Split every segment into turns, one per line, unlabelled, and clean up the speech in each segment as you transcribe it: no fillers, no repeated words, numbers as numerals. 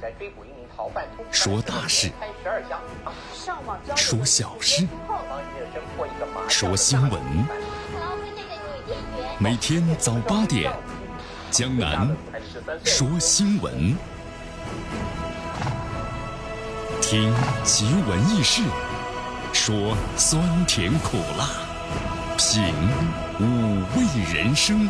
说大事，说小事，说新闻。每天早8点，江南说新闻，听奇闻异事，说酸甜苦辣，品五味人生。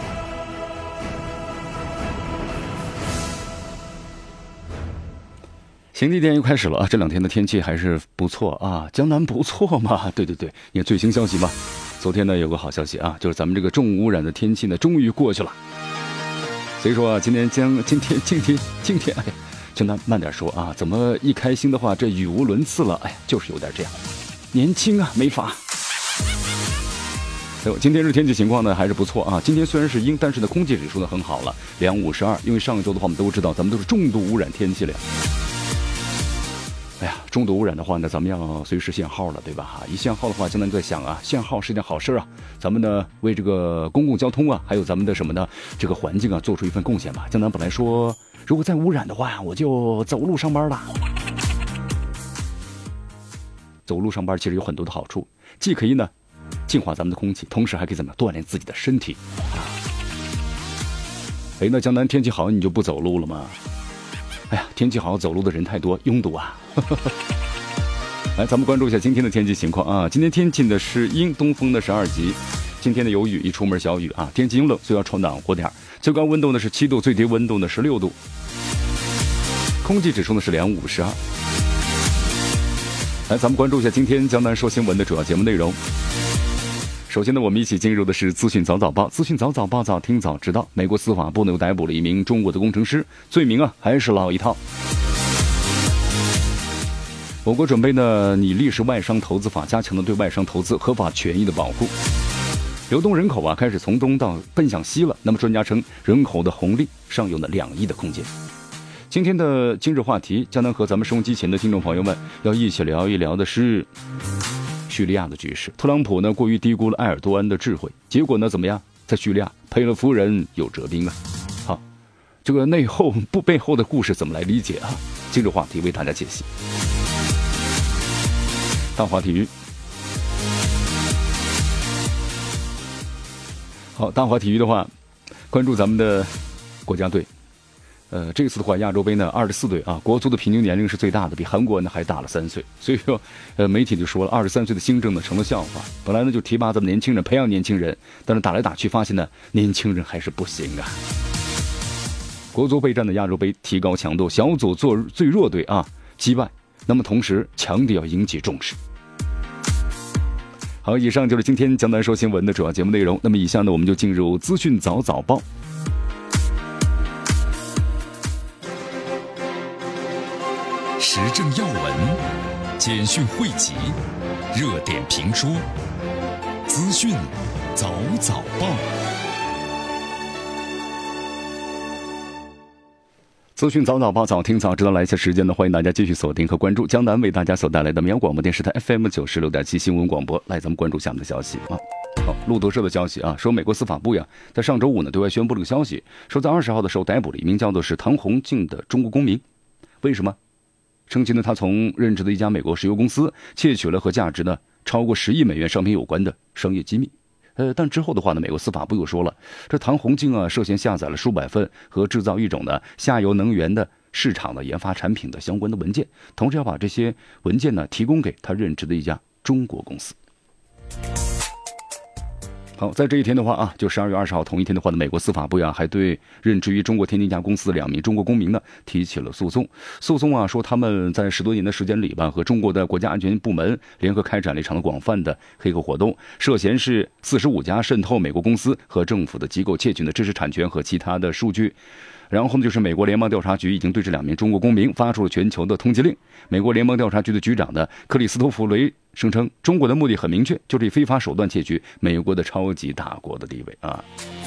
星期天又开始了啊！这2天的天气还是不错啊，江南不错嘛。对，你看最新消息嘛。昨天呢有个好消息啊，就是咱们这个重污染的天气呢终于过去了。所以说啊，今天，哎，江南慢点说啊，怎么一开心的话这语无伦次了？哎，就是有点这样，年轻啊，没法。今天这天气情况呢还是不错啊。今天虽然是阴，但是呢空气指数呢很好了，252。因为上一周的话我们都知道，咱们都是重度污染天气了。哎呀，重度污染的话呢，咱们要随时限号了，对吧？一限号的话，江南在想啊，限号是件好事啊。咱们呢，为这个公共交通啊，还有咱们的什么呢，这个环境啊，做出一份贡献吧。江南本来说，如果再污染的话呀，我就走路上班了。走路上班其实有很多的好处，既可以呢净化咱们的空气，同时还可以怎么样锻炼自己的身体啊。哎，那江南天气好，你就不走路了吗？哎呀，天气好，走路的人太多，拥堵啊。来，咱们关注一下今天的天气情况啊。今天天气呢是阴，东风呢是2级。今天呢有雨，一出门小雨啊。天气阴冷，所以要穿暖和点。最高温度呢是7度，最低温度呢16度。空气指数呢是252。来，咱们关注一下今天江南说新闻的主要节目内容。首先呢，我们一起进入的是资讯早早报。资讯早早报，早听早知道。美国司法部呢又逮捕了一名中国的工程师，罪名啊还是老一套。我国准备呢拟立誓外商投资法，加强了对外商投资合法权益的保护。流动人口啊开始从东到奔向西了。那么专家称，人口的红利尚有呢2亿的空间。今天的今日话题，江南和咱们收音机前的听众朋友们要一起聊一聊的是叙利亚的局势。特朗普呢过于低估了埃尔多安的智慧，结果呢怎么样？在叙利亚赔了夫人又折兵啊！好，这个背后的故事怎么来理解啊？今日话题为大家解析。大话体育，好，大话体育的话，关注咱们的国家队。这次的话，亚洲杯呢，24队啊，国足的平均年龄是最大的，比韩国呢还大了3岁。所以说，媒体就说了，23岁的新政呢成了笑话。本来呢就提拔咱们年轻人，培养年轻人，但是打来打去发现呢，年轻人还是不行啊。国足备战的亚洲杯，提高强度，小组做最弱队啊，击败。那么同时强调要引起重视。好，以上就是今天江南说新闻的主要节目内容。那么以下呢，我们就进入资讯早早报。
时政要闻、简讯汇集、热点评说、资讯早早报。
资讯早早报，早听早知道。来一下时间呢，欢迎大家继续锁定和关注江南为大家所带来的绵阳广播电视台 FM 96.7新闻广播。来，咱们关注下面的消息啊。好，路透社的消息啊，说美国司法部呀，在上周5呢对外宣布这个消息，说在20号的时候逮捕了一名叫做是唐红静的中国公民。为什么？称其呢，他从任职的一家美国石油公司窃取了和价值呢超过10亿美元商品有关的商业机密。但之后的话呢，美国司法部又说了，这唐红静啊涉嫌下载了数百份和制造一种呢下游能源的市场的研发产品的相关的文件，同时要把这些文件呢提供给他任职的一家中国公司。好，在这一天的话啊，就12月20号同一天的话呢，美国司法部呀还对任职于中国天津一家公司的2名中国公民呢提起了诉讼。诉讼啊说他们在10多年的时间里吧，和中国的国家安全部门联合开展了一场广泛的黑客活动，涉嫌是45家渗透美国公司和政府的机构，窃取的知识产权和其他的数据。然后呢，就是美国联邦调查局已经对这2名中国公民发出了全球的通缉令。美国联邦调查局的局长的克里斯托弗雷声称，中国的目的很明确，就是以非法手段窃取美国的超级大国的地位啊。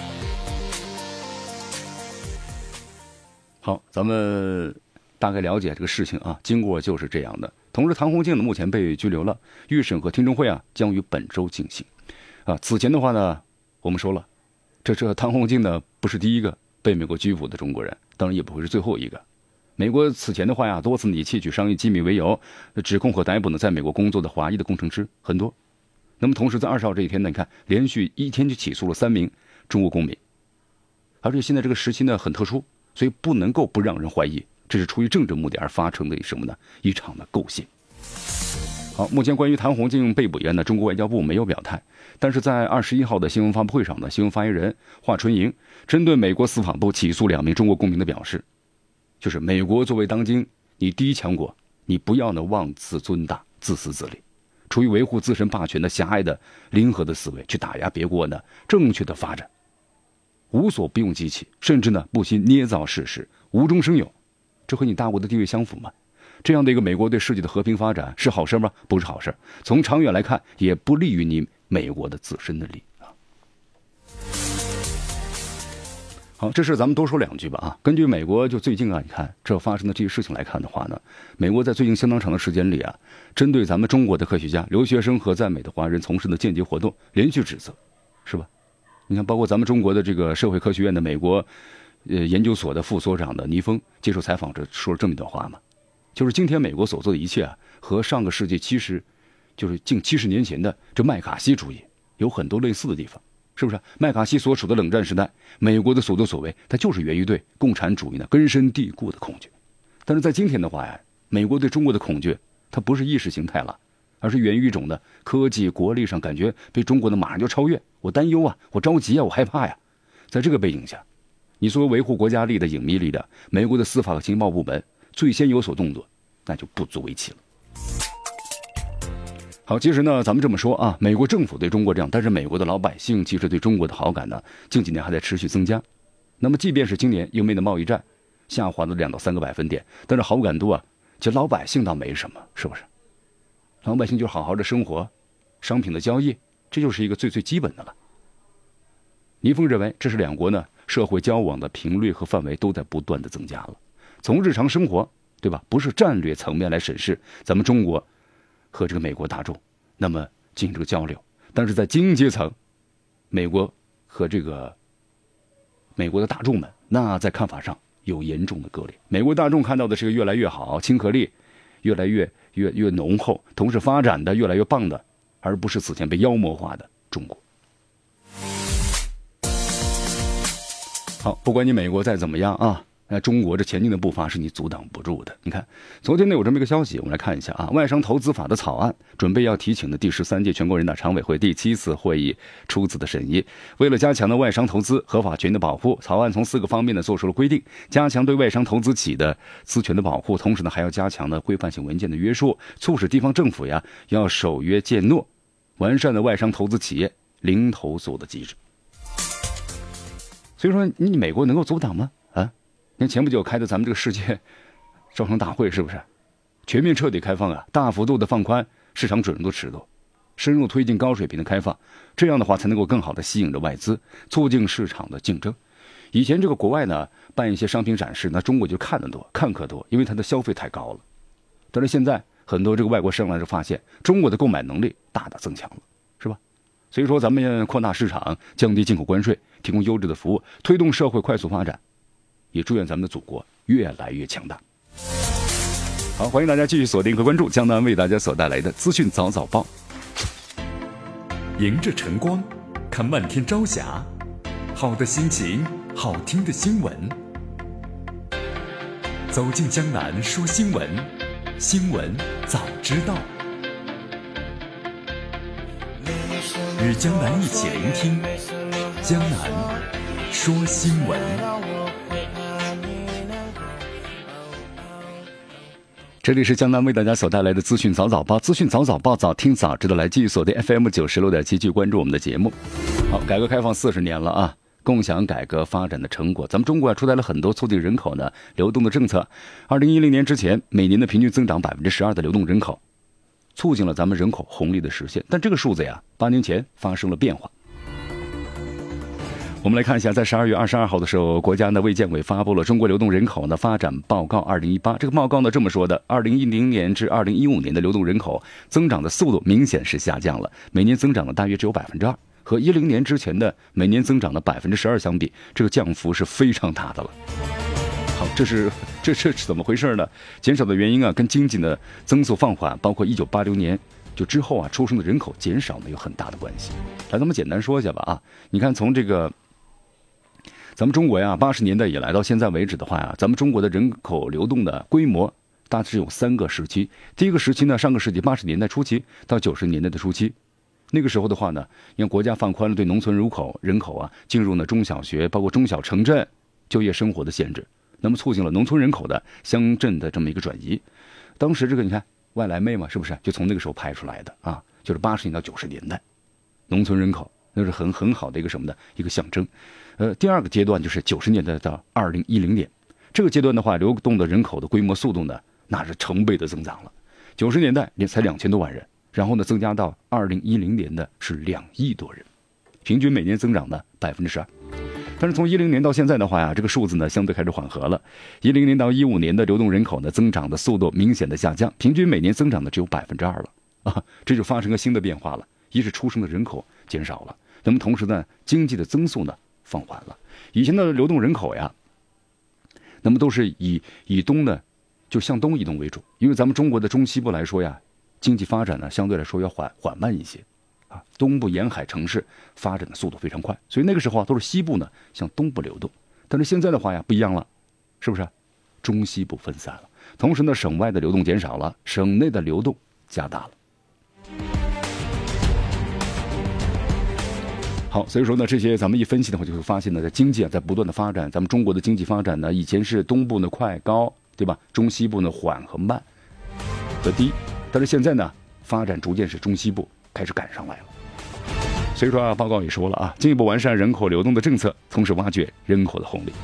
好，咱们大概了解这个事情啊，经过就是这样的。同时，唐红静呢目前被拘留了，预审和听证会啊将于本周进行。啊，此前的话呢，我们说了，这唐红静呢不是第一个被美国拘捕的中国人，当然也不会是最后一个。 美国此前的话呀，多次以窃取商业机密为由，指控和逮捕呢在美国工作的华裔的工程师很多。那么同时在20号这一天呢，你看连续一天就起诉了3名中国公民，而且现在这个时期呢很特殊，所以不能够不让人怀疑这是出于政治目的而发生的什么呢？一场的构陷。好，目前关于谭红静被捕一案呢，中国外交部没有表态，但是在21号的新闻发布会上呢，新闻发言人华春莹针对美国司法部起诉2名中国公民的表示，就是美国作为当今你第一强国，你不要呢妄自尊大、自私自利，出于维护自身霸权的狭隘的零和的思维去打压别国呢正确的发展，无所不用其极，甚至呢不惜捏造事实，无中生有，这和你大国的地位相符吗？这样的一个美国对世界的和平发展是好事吗？不是好事，从长远来看也不利于你美国的自身的利啊。好，这事咱们多说2句吧啊。根据美国就最近啊，你看这发生的这些事情来看的话呢，美国在最近相当长的时间里啊，针对咱们中国的科学家、留学生和在美的华人从事的间谍活动连续指责，是吧？你看，包括咱们中国的这个社会科学院的美国研究所的副所长的倪峰接受采访时说了这么一段话嘛，就是今天美国所做的一切啊，和上个世纪就是近70年前的这麦卡锡主义有很多类似的地方。是不是麦卡锡所处的冷战时代，美国的所作所为，它就是源于对共产主义呢根深蒂固的恐惧。但是在今天的话呀，美国对中国的恐惧，它不是意识形态了，而是源于一种的科技国力上感觉被中国的马上就超越，我担忧啊，我着急啊，我害怕呀。在这个背景下，你作为维护国家利益的隐秘力量，美国的司法和情报部门最先有所动作，那就不足为奇了。好，其实呢，咱们这么说啊，美国政府对中国这样，但是美国的老百姓其实对中国的好感呢，近几年还在持续增加。那么，即便是今年英美的贸易战下滑了2到3个百分点，但是好感度啊，其实老百姓倒没什么，是不是？老百姓就好好的生活，商品的交易，这就是一个最基本的了。倪峰认为，这是2国呢社会交往的频率和范围都在不断的增加了。从日常生活，对吧？不是战略层面来审视咱们中国和这个美国大众，那么进行这个交流，但是在精英阶层，美国和这个美国的大众们，那在看法上有严重的割裂。美国大众看到的是个越来越好、亲和力越来越浓厚，同时发展的越来越棒的，而不是此前被妖魔化的中国。好，不管你美国再怎么样啊，那中国这前进的步伐是你阻挡不住的。你看，昨天呢有这么一个消息，我们来看一下啊，外商投资法的草案准备要提请的第13届全国人大常委会第7次会议初次的审议。为了加强的外商投资合法权的保护，草案从4个方面呢做出了规定，加强对外商投资企的资权的保护，同时呢还要加强的规范性文件的约束，促使地方政府呀要守约践诺，完善的外商投资企业零投诉的机制。所以说，你美国能够阻挡吗？你看前不久开的咱们这个世界招商大会，是不是全面彻底开放啊？大幅度的放宽市场准入的尺度，深入推进高水平的开放，这样的话才能够更好的吸引着外资，促进市场的竞争。以前这个国外呢办一些商品展示，那中国就看客多，因为它的消费太高了。但是现在很多这个外国商来就发现中国的购买能力大大增强了，是吧？所以说咱们扩大市场，降低进口关税，提供优质的服务，推动社会快速发展，也祝愿咱们的祖国越来越强大。好，欢迎大家继续锁定和关注江南为大家所带来的资讯早早报。
迎着晨光，看漫天朝霞，好的心情，好听的新闻。走进江南说新闻，新闻早知道。与江南一起聆听江南说新闻。
这里是江南为大家所带来的资讯早早报，资讯早早报，早听早知道，来继续锁定 FM 96.7，继续关注我们的节目。好，改革开放40年了啊，共享改革发展的成果，咱们中国出台了很多促进人口呢流动的政策。2010年之前，每年的平均增长12%的流动人口，促进了咱们人口红利的实现。但这个数字呀，8年前发生了变化。我们来看一下，在12月22号的时候，国家呢卫健委发布了《中国流动人口呢发展报告2018》。这个报告呢这么说的：2010年至2015年的流动人口增长的速度明显是下降了，每年增长的大约只有2%，和10年之前的每年增长的12%相比，这个降幅是非常大的了。好，这是这是怎么回事呢？减少的原因啊，跟经济的增速放缓，包括1980年就之后啊出生的人口减少呢有很大的关系。来，咱们简单说一下吧啊，你看从这个咱们中国呀，80年代以来到现在为止的话呀，咱们中国的人口流动的规模大致有3个时期。第一个时期呢，上个世纪80年代初期到90年代的初期。那个时候的话呢，因为国家放宽了对农村人口啊进入了中小学，包括中小城镇就业生活的限制，那么促进了农村人口的乡镇的这么一个转移。当时这个你看外来妹嘛，是不是就从那个时候拍出来的啊？就是80年到90年代，农村人口那是很好的一个什么的一个象征。第二个阶段就是90年代到2010年，这个阶段的话，流动的人口的规模速度呢，那是成倍的增长了。90年代才2000多万人。然后呢，增加到2010年的是2亿多人，平均每年增长的12%。但是从10年到现在的话呀，这个数字呢相对开始缓和了。10年到15年的流动人口呢增长的速度明显的下降，平均每年增长的只有2%了啊，这就发生个新的变化了。一是出生的人口减少了，那么同时呢，经济的增速呢放缓了。以前的流动人口呀，那么都是以东呢就向东移动为主，因为咱们中国的中西部来说呀。经济发展呢，相对来说要缓慢一些，啊，东部沿海城市发展的速度非常快，所以那个时候啊，都是西部呢向东部流动。但是现在的话呀，不一样了，是不是？中西部分散了，同时呢，省外的流动减少了，省内的流动加大了。好，所以说呢，这些咱们一分析的话，就会发现呢，在经济啊在不断的发展。咱们中国的经济发展呢，以前是东部呢快高，对吧？中西部呢缓和慢和低。但是现在呢，发展逐渐是中西部开始赶上来了。所以说啊，报告也说了啊，进一步完善人口流动的政策，同时挖掘人口的红利。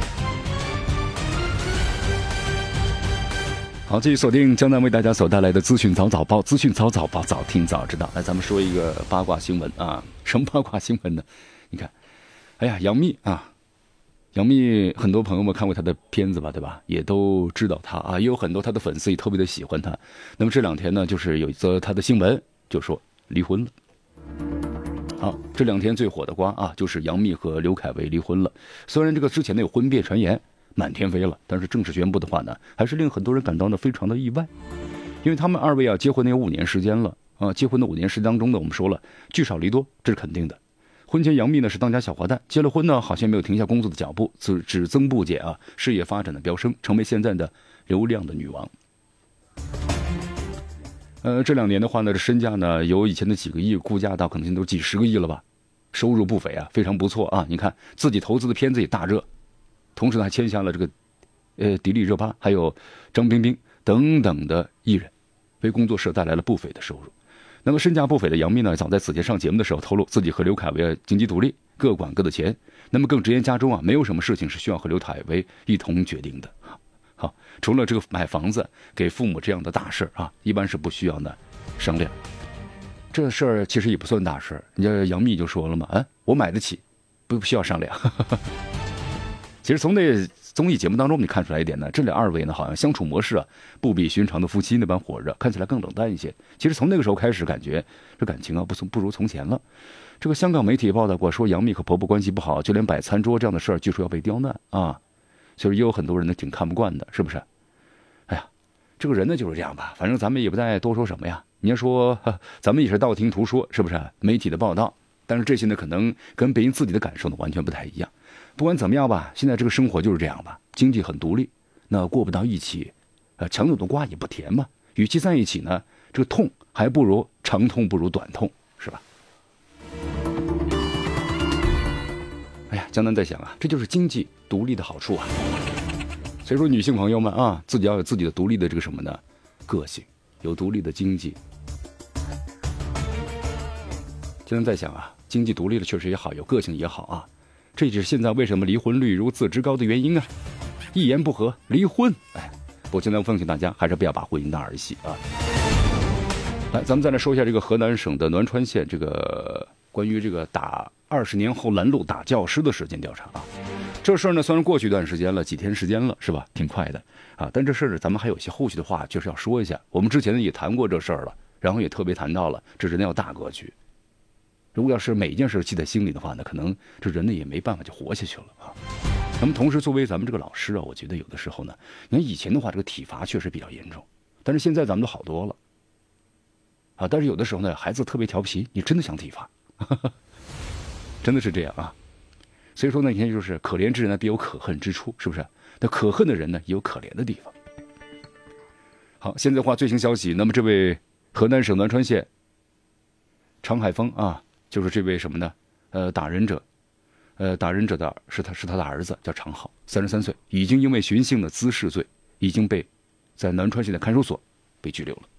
好，继续锁定江南为大家所带来的资讯早早报，资讯早早报，早听早知道。来，咱们说一个八卦新闻啊，什么八卦新闻呢？你看，哎呀，杨幂啊。杨幂很多朋友们看过她的片子吧，对吧？也都知道她啊，也有很多她的粉丝也特别的喜欢她。那么这2天呢，就是有一则她的新闻，就说离婚了。好，这2天最火的瓜啊，就是杨幂和刘恺威离婚了。虽然这个之前呢有婚变传言满天飞了，但是正式宣布的话呢，还是令很多人感到呢非常的意外，因为他们2位啊结婚呢有5年时间了啊，结婚的5年时间当中呢，我们说了聚少离多，这是肯定的。婚前杨幂呢是当家小花旦，结了婚呢好像没有停下工作的脚步，只增不减啊，事业发展的飙升，成为现在的流量的女王。这2年的话呢，这身价呢由以前的几个亿估价到可能现在都几十个亿了吧，收入不菲啊，非常不错啊。你看自己投资的片子也大热，同时呢还签下了这个迪丽热巴还有张冰冰等等的艺人，为工作室带来了不菲的收入。那么身价不菲的杨幂呢，早在此前上节目的时候透露，自己和刘恺威经济独立，各管各的钱。那么更直言家中啊，没有什么事情是需要和刘恺威一同决定的。好，除了这个买房子给父母这样的大事啊，一般是不需要呢商量。这事儿其实也不算大事，人家杨幂就说了嘛，我买得起，不需要商量。其实从那综艺节目当中，你看出来一点呢，这2位呢好像相处模式啊，不比寻常的夫妻那般火热，看起来更冷淡一些。其实从那个时候开始，感觉这感情啊不如从前了。这个香港媒体报道过，说杨幂和婆婆关系不好，就连摆餐桌这样的事儿，据说要被刁难啊。所以也有很多人呢挺看不惯的，是不是？哎呀，这个人呢就是这样吧，反正咱们也不再多说什么呀。你要说咱们也是道听途说，是不是？媒体的报道，但是这些呢可能跟别人自己的感受呢完全不太一样。不管怎么样吧，现在这个生活就是这样吧，经济很独立，那过不到一起，强扭的瓜也不甜嘛。与其在一起呢，这个痛还不如长痛不如短痛，是吧？哎呀，江南在想啊，这就是经济独立的好处啊。所以说，女性朋友们啊，自己要有自己的独立的这个什么呢？个性，有独立的经济。江南在想啊，经济独立的确实也好，有个性也好啊。这就是现在为什么离婚率如此之高的原因啊！一言不合离婚，我现在奉劝大家还是不要把婚姻当儿戏啊！来，咱们再来说一下这个河南省的栾川县这个关于这个打20年后拦路打教师的事件调查啊。这事儿呢，虽然过去一段时间了，几天时间了，是吧？挺快的啊，但这事儿咱们还有一些后续的话，就是要说一下。我们之前呢也谈过这事儿了，然后也特别谈到了，这人要大格局。如果要是每一件事记在心里的话呢，可能这人呢也没办法就活下去了啊。 那么同时，作为咱们这个老师啊，我觉得有的时候呢，你看以前的话，这个体罚确实比较严重，但是现在咱们都好多了啊。但是有的时候呢，孩子特别调皮，你真的想体罚，真的是这样啊。所以说呢，你看就是可怜之人呢必有可恨之处，是不是？那可恨的人呢也有可怜的地方。好，现在的话最新消息，那么这位河南省栾川县常海峰啊，就是这位什么呢？打人者的是他的儿子，叫常浩，33岁，已经因为寻衅的滋事罪，已经被在栾川县的看守所被拘留了。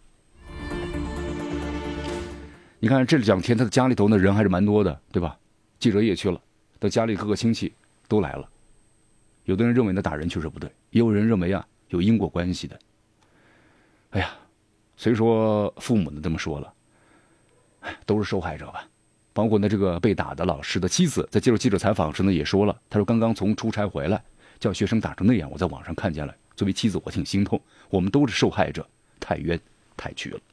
你看这2天他的家里头呢人还是蛮多的，对吧？记者也去了，他家里各个亲戚都来了。有的人认为呢打人确实不对，也有人认为啊有因果关系的。哎呀，所以说父母呢这么说了，都是受害者吧。包括呢这个被打的老师的妻子在接受记者采访时呢也说了，他说刚刚从出差回来，叫学生打成那样，我在网上看见了，作为妻子我挺心痛，我们都是受害者，太冤太屈了。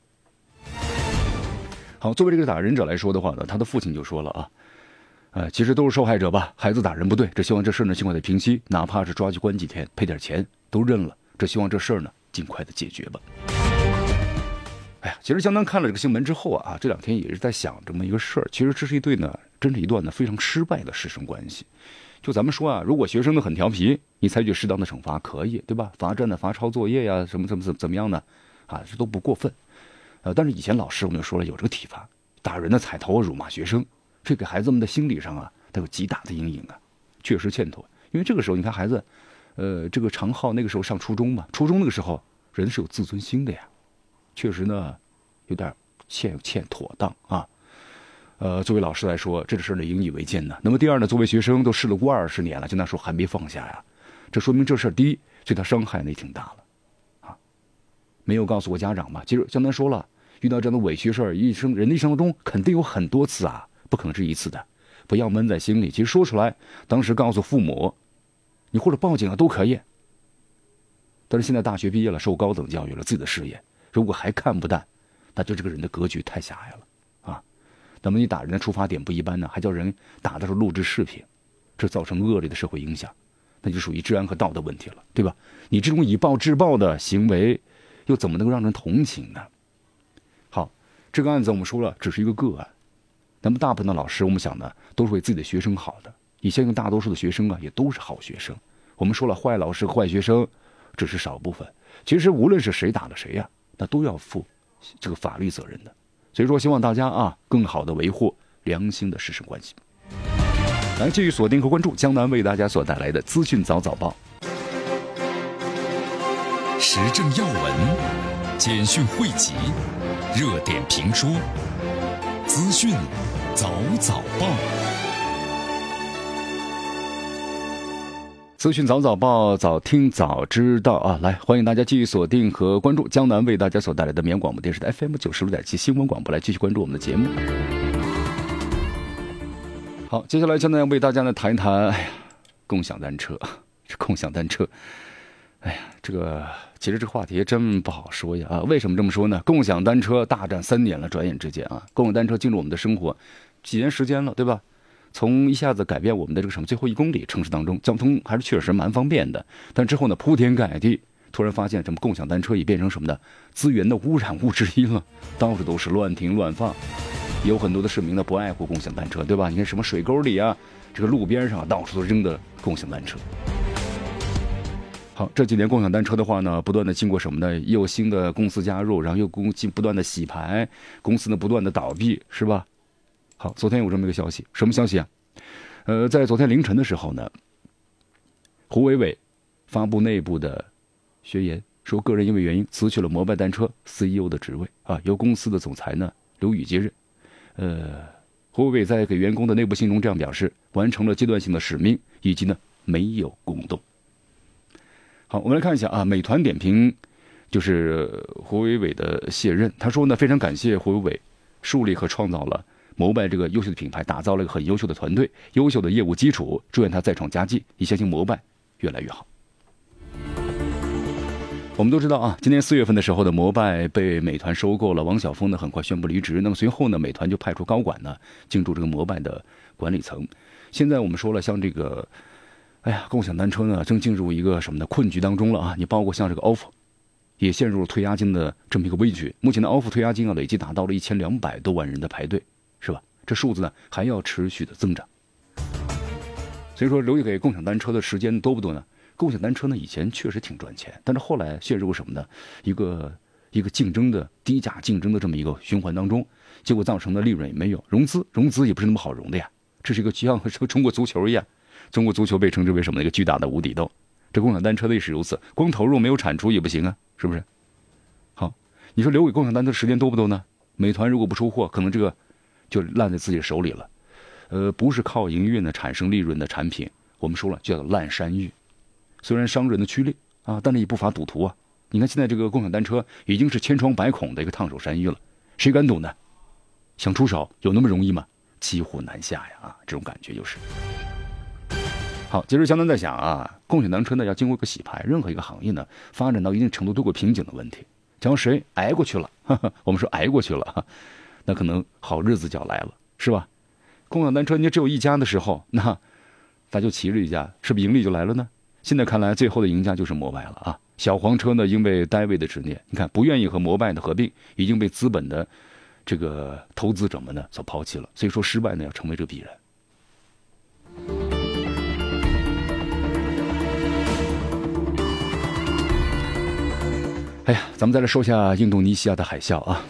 好，作为这个打人者来说的话呢，他的父亲就说了啊，其实都是受害者吧，孩子打人不对，这希望这事呢尽快的平息，哪怕是抓去关几天，赔点钱都认了，这希望这事呢尽快的解决吧。哎呀，其实江南看了这个新闻之后啊，这2天也是在想这么一个事儿。其实这是真是一段呢非常失败的师生关系。就咱们说啊，如果学生呢很调皮，你采取适当的惩罚可以，对吧？罚站呢、罚抄作业呀，什么怎么样呢？啊，这都不过分。但是以前老师我们就说了，有这个体罚，打人的踩头啊、辱骂学生，这给孩子们的心理上啊，它有极大的阴影啊，确实欠妥。因为这个时候你看孩子，这个常浩那个时候上初中嘛，初中那个时候人是有自尊心的呀。确实呢，有点欠妥当啊。作为老师来说，这个事呢引以为戒呢。那么第二呢，作为学生都试了过20年了，就那时候还没放下呀，这说明这事第一对他伤害呢也挺大了啊。没有告诉过家长嘛？其实江南说了，遇到这样的委屈事儿，人的一生当中肯定有很多次啊，不可能是一次的，不要闷在心里。其实说出来，当时告诉父母，你或者报警啊都可以。但是现在大学毕业了，受高等教育了，自己的事业。如果还看不淡，那就这个人的格局太狭隘了啊！那么你打人的出发点不一般呢，还叫人打的时候录制视频，这造成恶劣的社会影响，那就属于治安和道德问题了，对吧？你这种以暴制暴的行为，又怎么能够让人同情呢？好，这个案子我们说了，只是一个个案。那么大部分的老师，我们想呢，都是为自己的学生好的。你相信大多数的学生啊，也都是好学生。我们说了，坏老师和坏学生只是少部分。其实无论是谁打了谁呀，那都要负这个法律责任的。所以说希望大家啊更好的维护良心的师生关系。来继续锁定和关注江南为大家所带来的资讯早报，
时政要闻、简讯汇集、热点评说、资讯早报。
资讯早报，早听早知道啊！来，欢迎大家继续锁定和关注江南为大家所带来的绵阳广播电视台 FM 96.7新闻广播，来继续关注我们的节目。好，接下来江南要为大家呢谈一谈，共享单车。这共享单车，这个其实这个话题真不好说呀啊！为什么这么说呢？共享单车大战3年了，转眼之间啊，共享单车进入我们的生活几年时间了，对吧？从一下子改变我们的这个什么最后1公里城市当中，交通还是确实蛮方便的。但之后呢，铺天盖地，突然发现什么共享单车也变成什么的资源的污染物之一了，到处都是乱停乱放。有很多的市民呢不爱护共享单车，对吧？你看什么水沟里啊，这个路边上到处都扔的共享单车。好，这几年共享单车的话呢，不断的经过什么呢？又有新的公司加入，然后又不断的洗牌，公司呢不断的倒闭，是吧？好，昨天有这么一个消息，什么消息啊？在昨天凌晨的时候呢，胡伟伟发布内部的宣言，说个人因为原因辞去了摩拜单车 CEO 的职位啊，由公司的总裁呢刘宇接任。胡伟伟在给员工的内部信中这样表示，完成了阶段性的使命，以及呢没有公动。好，我们来看一下啊，美团点评就是胡伟伟的卸任，他说呢非常感谢胡伟伟树立和创造了摩拜这个优秀的品牌，打造了一个很优秀的团队，优秀的业务基础，祝愿他再创佳绩，也相信摩拜越来越好。我们都知道啊，今年4月份的时候的摩拜被美团收购了，王晓峰呢很快宣布离职，那么随后呢，美团就派出高管呢进驻这个摩拜的管理层。现在我们说了，像这个哎呀，共享单车呢正进入一个什么的困局当中了啊！你包括像这个 ofo 也陷入了退押金的这么一个危局。目前的 ofo 退押金累计达到了1200多万人的排队，是吧？这数字呢还要持续的增长。所以说留给共享单车的时间多不多呢？共享单车呢以前确实挺赚钱，但是后来陷入什么呢？一个竞争的低价竞争的这么一个循环当中，结果造成的利润也没有，融资也不是那么好融的呀。这是一个像中国足球一样，中国足球被称之为什么？一个巨大的无底洞。这共享单车的也是如此，光投入没有产出也不行啊，是不是？好，你说留给共享单车时间多不多呢？美团如果不出货，可能这个就烂在自己手里了。不是靠营运的产生利润的产品，我们说了叫做烂山芋。虽然商人的趋利啊，但是也不乏赌徒啊。你看现在这个共享单车已经是千疮百孔的一个烫手山芋了，谁敢赌呢？想出手有那么容易吗？骑虎难下呀啊，这种感觉就是。好，接着江南在想啊，共享单车呢要经过一个洗牌，任何一个行业呢发展到一定程度都有瓶颈的问题。假如谁挨过去了，我们说挨过去了，那可能好日子就要来了，是吧？共享单车你只有一家的时候，那咱就骑着一家，是不是盈利就来了呢？现在看来，最后的赢家就是摩拜了啊！小黄车呢，因为单位的执念，你看不愿意和摩拜的合并，已经被资本的这个投资者们呢所抛弃了。所以说，失败呢要成为这个必然。哎呀，咱们再来说一下印度尼西亚的海啸啊。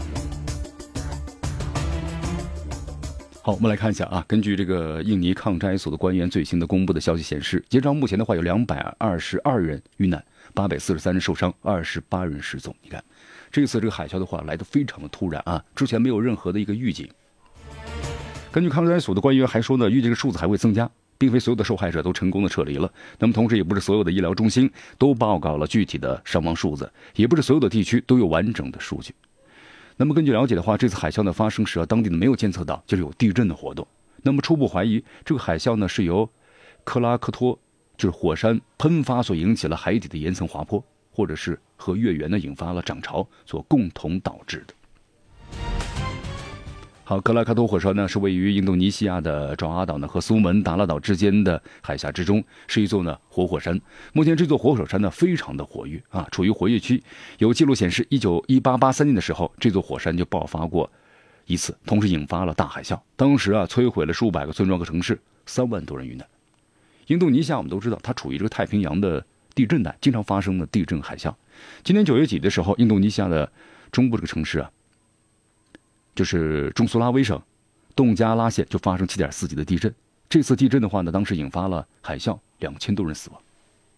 好，我们来看一下啊，根据这个印尼抗灾所的官员最新的公布的消息显示，截至目前的话有222人遇难，843人受伤，28人失踪。你看，这次这个海啸的话来得非常的突然啊，之前没有任何的一个预警。根据抗灾所的官员还说呢，预计这个数字还会增加，并非所有的受害者都成功的撤离了。那么同时也不是所有的医疗中心都报告了具体的伤亡数字，也不是所有的地区都有完整的数据。那么根据了解的话，这次海啸的发生时当地呢没有监测到就是有地震的活动。那么初步怀疑这个海啸呢是由克拉克托就是火山喷发所引起了海底的岩层滑坡，或者是和月圆呢引发了涨潮所共同导致的。好，克拉克托火山呢是位于印度尼西亚的爪哇岛呢和苏门答腊岛之间的海峡之中，是一座呢活火山。目前这座活火山呢非常的活跃啊，处于活跃区。有记录显示1883年的时候，这座火山就爆发过一次，同时引发了大海啸。当时啊摧毁了数百个村庄和城市，3万多人遇难。印度尼西亚我们都知道，它处于这个太平洋的地震带，经常发生的地震海啸。今年9月底的时候，印度尼西亚的中部这个城市啊，就是中苏拉威省洞加拉县就发生7.4级的地震。这次地震的话呢，当时引发了海啸，2000多人死亡。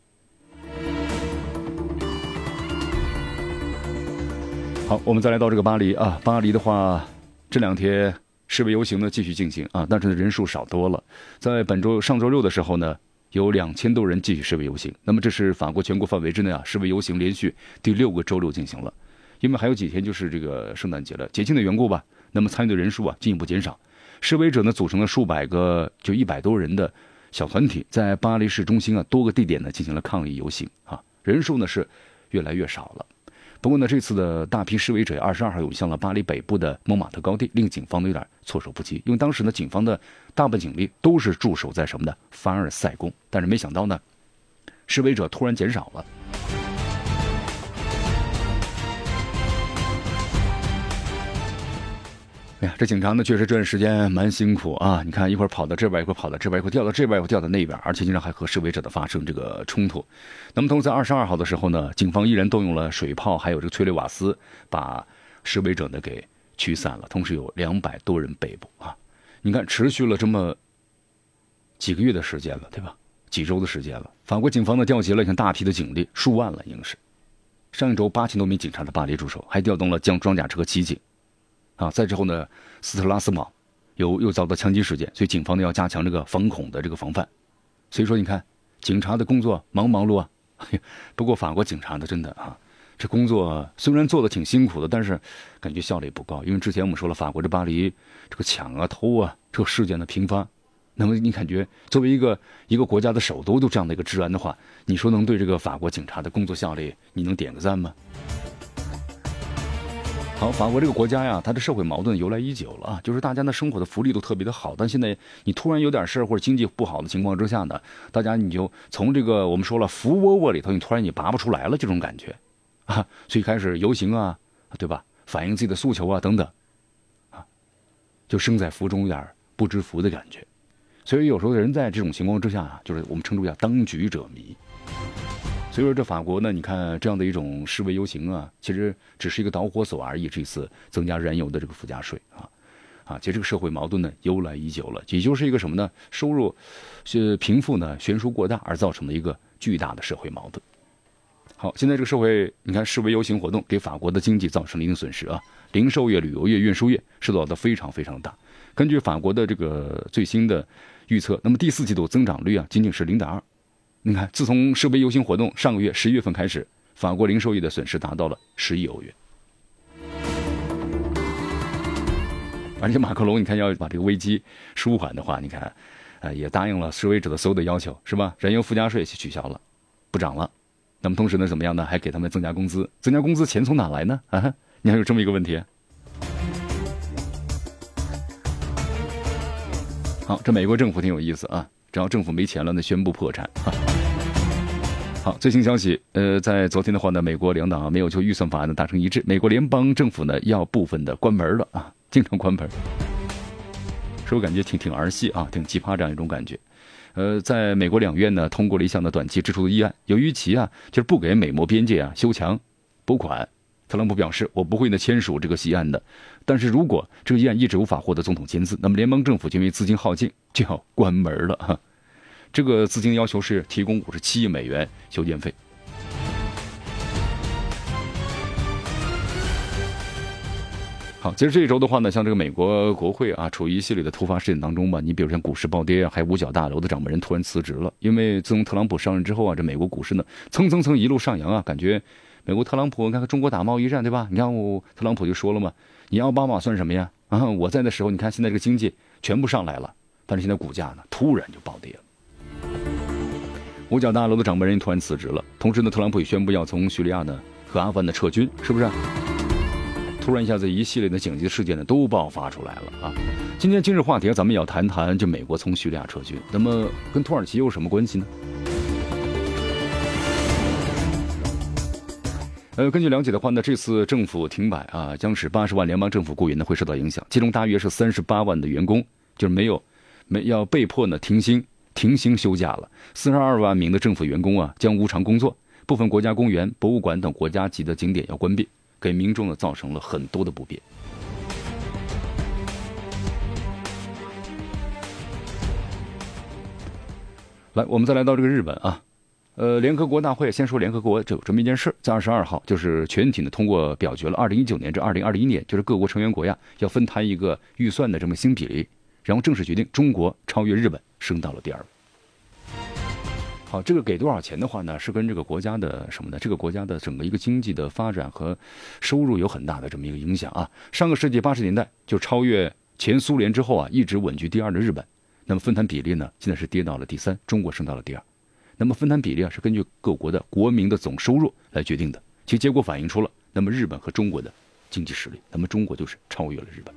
好，我们再来到这个巴黎啊，巴黎的话这2天示威游行呢继续进行啊，但是人数少多了。在上周六的时候呢，有2000多人继续示威游行。那么这是法国全国范围之内啊示威游行连续第6个周六进行了。因为还有几天就是这个圣诞节了，节庆的缘故吧，那么参与的人数啊进一步减少。示威者呢组成了数百个就100多人的小团体，在巴黎市中心啊多个地点呢进行了抗议游行啊，人数呢是越来越少了。不过呢，这次的大批示威者22号涌向了巴黎北部的蒙马特高地，令警方呢有点措手不及。因为当时呢，警方的大部分警力都是驻守在什么呢？凡尔赛宫，但是没想到呢，示威者突然减少了。哎呀，这警察呢确实这段时间蛮辛苦啊！你看一会儿跑到这边，一会儿跑到这边，一会儿调到这边，一会儿调到那边，而且经常还和示威者的发生这个冲突。那么同时在22号的时候呢，警方依然动用了水炮，还有这个催泪瓦斯，把示威者呢给驱散了。同时有200多人被捕啊！你看持续了这么几个月的时间了，对吧？几周的时间了。法国警方呢调集了大批的警力，数万了，应该是。上一周8000多名警察在巴黎驻守，还调动了装甲车和骑警。啊，再之后呢，斯特拉斯堡又遭到枪击事件，所以警方呢要加强这个防恐的这个防范。所以说，你看警察的工作忙不忙碌啊？不过法国警察呢，真的啊，这工作虽然做的挺辛苦的，但是感觉效率不高。因为之前我们说了，法国这巴黎这个抢啊、偷啊这个事件的频发，那么你感觉作为一个国家的首都，都这样的一个治安的话，你说能对这个法国警察的工作效率，你能点个赞吗？ 好，法国这个国家呀，它的社会矛盾由来已久了啊，就是大家的生活的福利都特别的好，但现在你突然有点事儿或者经济不好的情况之下呢，大家你就从这个我们说了福窝窝里头，你突然你拔不出来了这种感觉啊，所以开始游行啊，对吧？反映自己的诉求啊等等啊，就身在福中有点不知福的感觉。所以有时候人在这种情况之下啊，就是我们称之为当局者迷。所以说这法国呢，你看这样的一种示威游行啊，其实只是一个导火索而已。这次增加燃油的这个附加税其实这个社会矛盾呢由来已久了，也就是一个什么呢？收入贫富呢悬殊过大而造成的一个巨大的社会矛盾。好，现在这个社会，你看示威游行活动给法国的经济造成了一定损失啊，零售业、旅游业、运输业受到的非常非常大。根据法国的这个最新的预测，那么第4季度增长率啊仅仅是0.2%。你看，自从示威游行活动上个月11月份开始，法国零售业的损失达到了10亿欧元。而且马克龙，你看要把这个危机舒缓的话，你看，也答应了示威者的所有的要求，是吧？燃油附加税取消了，不涨了。那么同时呢，怎么样呢？还给他们增加工资，增加工资钱从哪来呢？你还有这么一个问题。好，这美国政府挺有意思啊，只要政府没钱了，那宣布破产。好，最新消息，在昨天的话呢，美国两党没有就预算法案呢达成一致，美国联邦政府呢要部分的关门了啊，经常关门，是不是感觉挺儿戏啊，挺奇葩这样一种感觉？在美国两院呢通过了一项的短期支出的议案，由于其就是不给美墨边界修墙补款，特朗普表示我不会呢签署这个议案的，但是如果这个议案一直无法获得总统签字，那么联邦政府就因为资金耗尽就要关门了哈。这个资金要求是提供57亿美元修建费。好，其实这一周的话呢，像这个美国国会处于一系列的突发事件当中吧。你比如像股市暴跌还有五角大楼的掌门人突然辞职了，因为自从特朗普上任之后这美国股市呢蹭一路上扬感觉美国特朗普，你看中国打贸易战对吧？你看特朗普就说了嘛，你奥巴马算什么呀？我在的时候，你看现在这个经济全部上来了，但是现在股价呢突然就暴跌了。五角大楼的掌门人突然辞职了，同时呢，特朗普也宣布要从叙利亚呢和阿富汗的撤军，是不是？突然一下子一系列的紧急事件呢都爆发出来了今天今日话题咱们也要谈谈就美国从叙利亚撤军，那么跟土耳其有什么关系呢？根据了解的话呢，这次政府停摆将使80万联邦政府雇员呢会受到影响，其中大约是38万的员工就是要被迫呢停薪休假了，42万名的政府员工将无偿工作，部分国家公园、博物馆等国家级的景点要关闭，给民众呢造成了很多的不便。来，我们再来到这个日本联合国大会，先说联合国有这么一件事，在22号就是全体呢通过表决了2019年至2021年就是各国成员国要分摊一个预算的这么新比例，然后正式决定中国超越日本升到了第2位。好，这个给多少钱的话呢，是跟这个国家的什么呢？这个国家的整个一个经济的发展和收入有很大的这么一个影响上个世纪80年代就超越前苏联之后一直稳居第2的日本，那么分摊比例呢，现在是跌到了第3，中国升到了第2。那么分摊比例是根据各国的国民的总收入来决定的。其实结果反映出了，那么日本和中国的经济实力，那么中国就是超越了日本。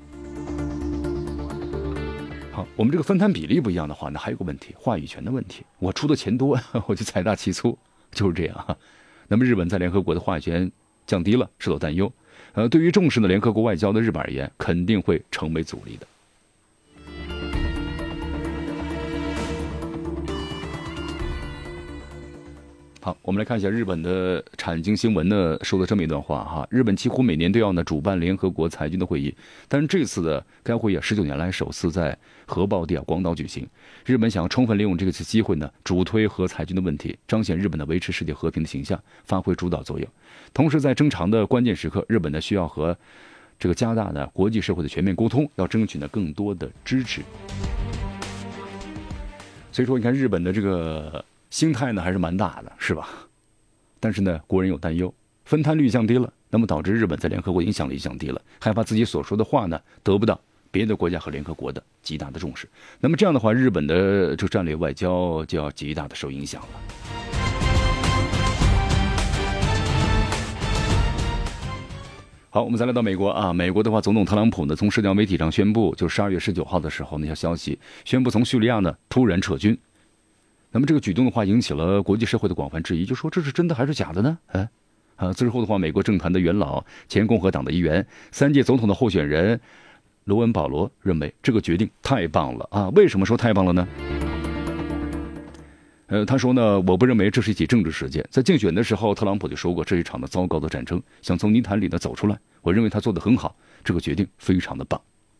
好，我们这个分摊比例不一样的话呢，还有个问题，话语权的问题。我出的钱多，我就财大气粗，就是这样那么日本在联合国的话语权降低了，受到担忧。对于重视的联合国外交的日本而言，肯定会成为阻力的。好，我们来看一下日本的产经新闻呢说的这么一段话日本几乎每年都要呢主办联合国裁军的会议，但是这次的该会议19年来首次在核爆地广岛举行。日本想要充分利用这次机会呢，主推核裁军的问题，彰显日本的维持世界和平的形象，发挥主导作用。同时在争长的关键时刻，日本呢需要和这个加大呢国际社会的全面沟通，要争取呢更多的支持。所以说你看日本的这个心态呢还是蛮大的，是吧？但是呢，国人有担忧，分摊率降低了，那么导致日本在联合国影响力降低了，害怕自己所说的话呢得不到别的国家和联合国的极大的重视。那么这样的话，日本的这个战略外交就要极大的受影响了。 好，我们再来到美国啊。美国的话，总统特朗普呢，从社交媒体上宣布，就12月19号的时候那条消息，宣布从叙利亚呢突然撤军。那么这个举动的话，引起了国际社会的广泛质疑，就说这是真的还是假的呢？之后的话，美国政坛的元老、前共和党的议员、3届总统的候选人罗恩·保罗认为这个决定太棒了啊！为什么说太棒了呢？他说呢，我不认为这是一起政治事件。在竞选的时候，特朗普就说过，这是一场的糟糕的战争，想从泥潭里呢走出来。我认为他做得很好，这个决定非常的棒。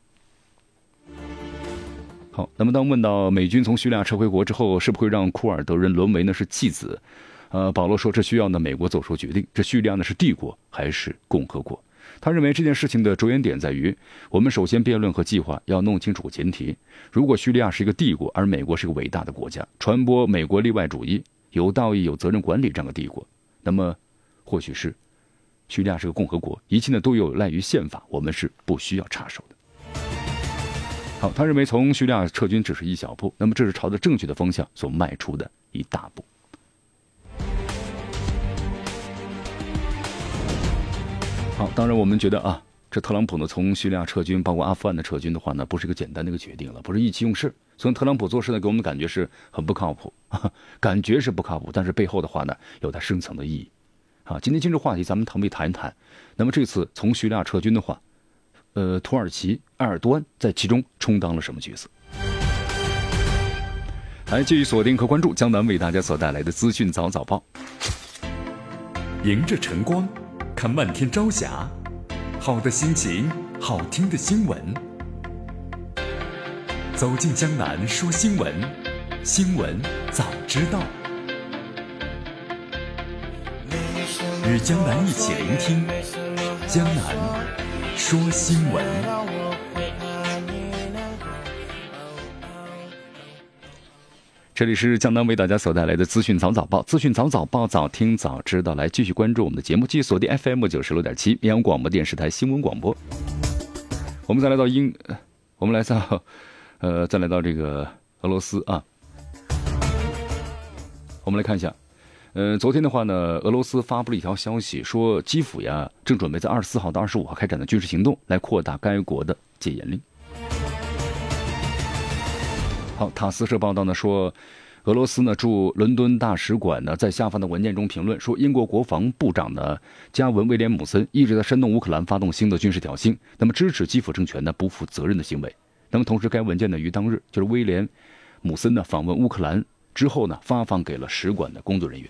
好，那么当问到美军从叙利亚撤回国之后，是不会让库尔德人沦为呢是弃子？保罗说，这需要呢美国做出决定，这叙利亚呢是帝国还是共和国？他认为这件事情的着眼点在于，我们首先辩论和计划要弄清楚前提。如果叙利亚是一个帝国，而美国是一个伟大的国家，传播美国例外主义、有道义、有责任管理这样的帝国，那么或许是叙利亚是个共和国，一切呢都有赖于宪法，我们是不需要插手的。好，他认为从叙利亚撤军只是一小步，那么这是朝着正确的方向所迈出的一大步。好，当然我们觉得啊，这特朗普呢从叙利亚撤军，包括阿富汗的撤军的话呢，不是一个简单的一个决定了，不是意气用事。所以特朗普做事呢，给我们的感觉是很不靠谱，感觉是不靠谱，但是背后的话呢，有它深层的意义。啊，今天今日话题咱们可以谈一谈。那么这次从叙利亚撤军的话，土耳其埃尔多安在其中充当了什么角色？来继续锁定和关注江南为大家所带来的资讯早报。
迎着晨光，看漫天朝霞，好的心情，好听的新闻。走进江南说新闻，新闻早知道。与江南一起聆听江南说新闻。
这里是江南为大家所带来的资讯早报，资讯早报，早听早知道。来继续关注我们的节目，继续锁定 FM 96.7绵阳广播电视台新闻广播。我们再来到再来到这个俄罗斯啊。我们来看一下，昨天的话呢，俄罗斯发布了一条消息，说基辅呀正准备在24号到25号开展的军事行动，来扩大该国的戒严令。好，塔斯社报道呢说，俄罗斯呢驻伦敦大使馆呢在下发的文件中评论说，英国国防部长呢加文·威廉姆森一直在煽动乌克兰发动新的军事挑衅，那么支持基辅政权呢不负责任的行为。那么同时，该文件呢于当日就是威廉姆森呢访问乌克兰之后呢发放给了使馆的工作人员。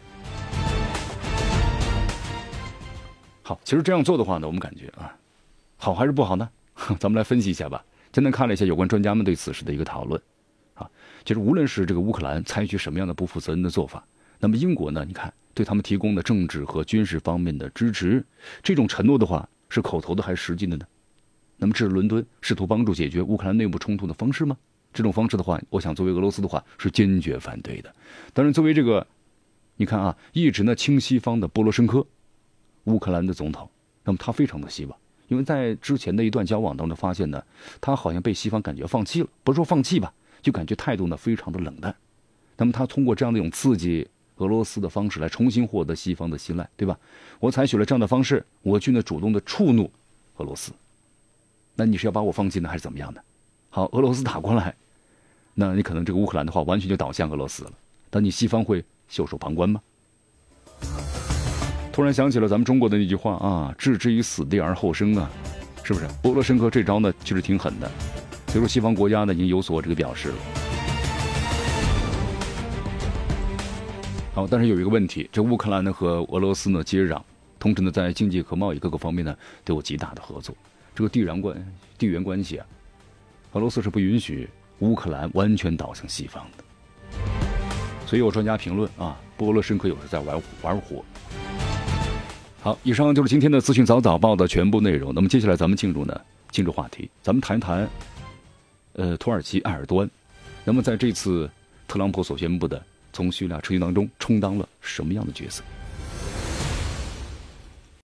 好，其实这样做的话呢，我们感觉啊，好还是不好呢？咱们来分析一下吧。简单看了一下有关专家们对此事的一个讨论。其实无论是这个乌克兰采取什么样的不负责任的做法，那么英国呢，你看对他们提供的政治和军事方面的支持，这种承诺的话是口头的还是实际的呢？那么这是伦敦试图帮助解决乌克兰内部冲突的方式吗？这种方式的话，我想作为俄罗斯的话是坚决反对的。当然作为这个你看啊，一直呢亲西方的波罗申科乌克兰的总统，那么他非常的希望，因为在之前的一段交往当中发现呢，他好像被西方感觉放弃了，不是说放弃吧，就感觉态度呢非常的冷淡。那么他通过这样的一种刺激俄罗斯的方式来重新获得西方的信赖，对吧？我采取了这样的方式，我去呢主动的触怒俄罗斯，那你是要把我放弃呢还是怎么样呢？好，俄罗斯打过来，那你可能这个乌克兰的话完全就倒向俄罗斯了，但你西方会袖手旁观吗？突然想起了咱们中国的那句话啊，置之于死地而后生啊，是不是？波罗申科这招呢其实挺狠的，所以说西方国家呢已经有所这个表示了。好，但是有一个问题，这乌克兰呢和俄罗斯呢接壤，同时呢在经济和贸易各个方面呢都有极大的合作。这个地缘关系啊，俄罗斯是不允许乌克兰完全倒向西方的。所以有专家评论啊，波罗申科有时在玩火。好，以上就是今天的资讯早报的全部内容。那么接下来咱们进入话题，咱们谈谈土耳其埃尔多安。那么在这次特朗普所宣布的从叙利亚撤军当中充当了什么样的角色？